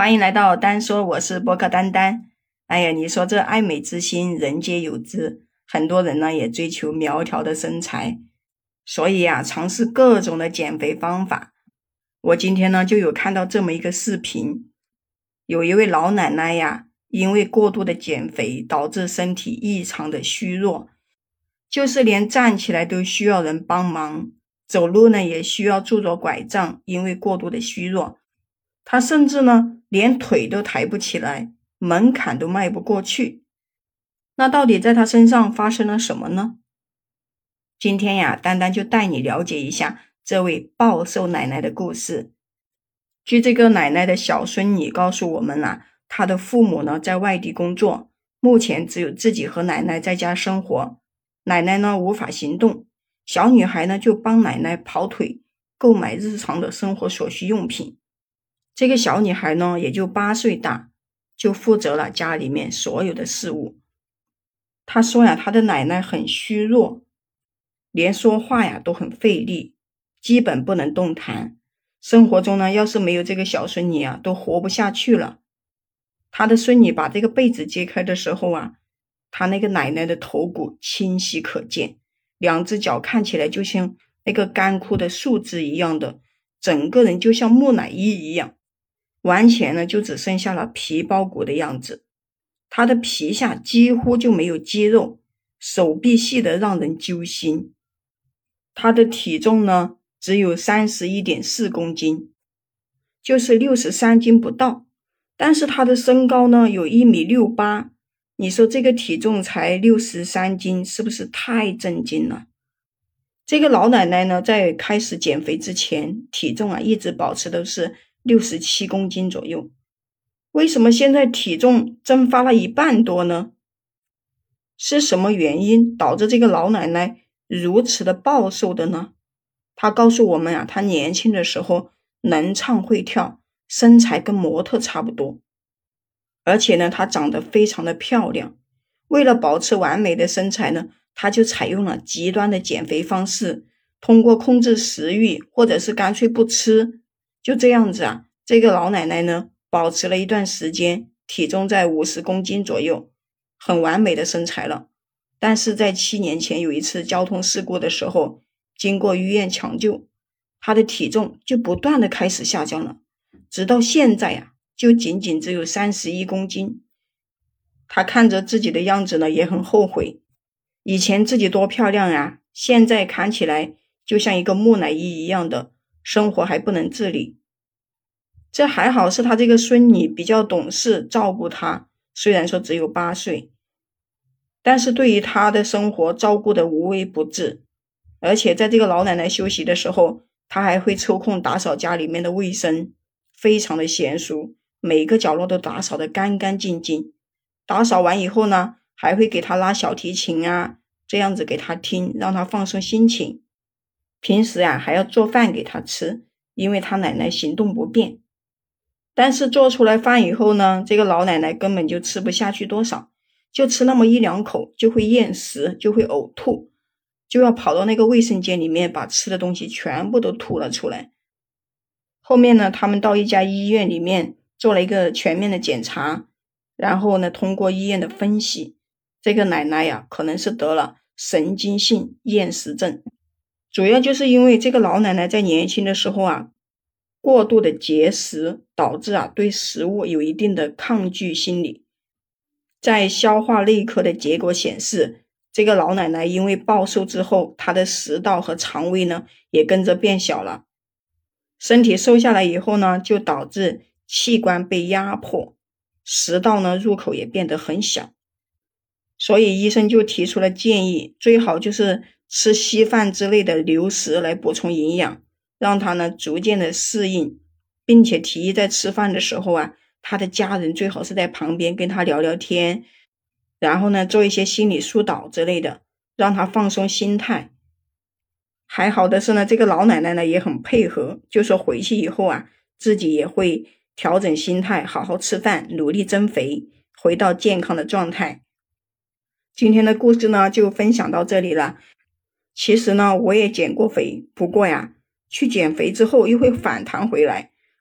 欢迎来到丹说，我是播客丹丹。哎呀，你说这爱美之心人皆有之，很多人呢也追求苗条的身材，所以尝试各种的减肥方法。我今天呢就有看到这么一个视频，有一位老奶奶因为过度的减肥导致身体异常的虚弱，就是连站起来都需要人帮忙，走路呢也需要拄着拐杖，因为过度的虚弱，她甚至呢连腿都抬不起来，门槛都迈不过去。那到底在她身上发生了什么呢？今天丹丹就带你了解一下这位暴瘦奶奶的故事。据这个奶奶的小孙女告诉我们她的父母呢在外地工作，目前只有自己和奶奶在家生活。奶奶呢无法行动，小女孩呢就帮奶奶跑腿，购买日常的生活所需用品。这个小女孩呢也就8岁大，就负责了家里面所有的事务。她说她的奶奶很虚弱，连说话都很费力，基本不能动弹。生活中呢要是没有这个小孙女都活不下去了。她的孙女把这个被子揭开的时候她那个奶奶的头骨清晰可见，两只脚看起来就像那个干枯的树枝一样的，整个人就像木乃伊一样，完全呢就只剩下了皮包骨的样子。她的皮下几乎就没有肌肉，手臂细得让人揪心。她的体重呢只有 31.4 公斤，就是63斤不到，但是她的身高呢有1.68米，你说这个体重才63斤，是不是太震惊了？这个老奶奶呢在开始减肥之前，体重一直保持都是67公斤左右，为什么现在体重蒸发了1半多呢？是什么原因导致这个老奶奶如此的暴瘦的呢？她告诉我们她年轻的时候能唱会跳，身材跟模特差不多，而且呢她长得非常的漂亮。为了保持完美的身材呢，她就采用了极端的减肥方式，通过控制食欲或者是干脆不吃，就这样子这个老奶奶呢保持了一段时间，体重在50公斤左右，很完美的身材了。但是在7年前有一次交通事故的时候，经过医院抢救，她的体重就不断的开始下降了，直到现在就仅仅只有31公斤。她看着自己的样子呢也很后悔，以前自己多漂亮现在看起来就像一个木乃伊一样的，生活还不能自理。这还好是她这个孙女比较懂事，照顾她，虽然说只有8岁，但是对于她的生活照顾的无微不至。而且在这个老奶奶休息的时候，她还会抽空打扫家里面的卫生，非常的娴熟，每个角落都打扫得干干净净。打扫完以后呢，还会给她拉小提琴这样子给她听，让她放松心情。平时还要做饭给她吃，因为她奶奶行动不便。但是做出来饭以后呢，这个老奶奶根本就吃不下去多少，就吃那么1-2口就会厌食，就会呕吐，就要跑到那个卫生间里面把吃的东西全部都吐了出来。后面呢，他们到一家医院里面做了一个全面的检查，然后呢，通过医院的分析，这个奶奶可能是得了神经性厌食症。主要就是因为这个老奶奶在年轻的时候过度的节食，导致对食物有一定的抗拒心理。在消化内科的结果显示，这个老奶奶因为暴瘦之后，她的食道和肠胃呢也跟着变小了。身体瘦下来以后呢，就导致器官被压迫，食道呢入口也变得很小。所以医生就提出了建议，最好就是吃稀饭之类的流食来补充营养，让她呢逐渐的适应，并且提议在吃饭的时候她的家人最好是在旁边跟她聊聊天，然后呢做一些心理疏导之类的，让她放松心态。还好的是呢，这个老奶奶呢也很配合，就说回去以后自己也会调整心态，好好吃饭，努力增肥，回到健康的状态。今天的故事呢就分享到这里了。其实呢我也减过肥，不过去减肥之后又会反弹回来，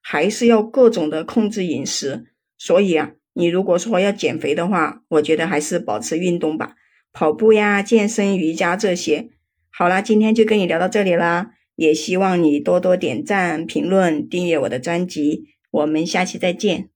还是要各种的控制饮食。所以啊，你如果说要减肥的话，我觉得还是保持运动吧，跑步呀、健身、瑜伽这些。好啦，今天就跟你聊到这里啦，也希望你多多点赞、评论、订阅我的专辑，我们下期再见。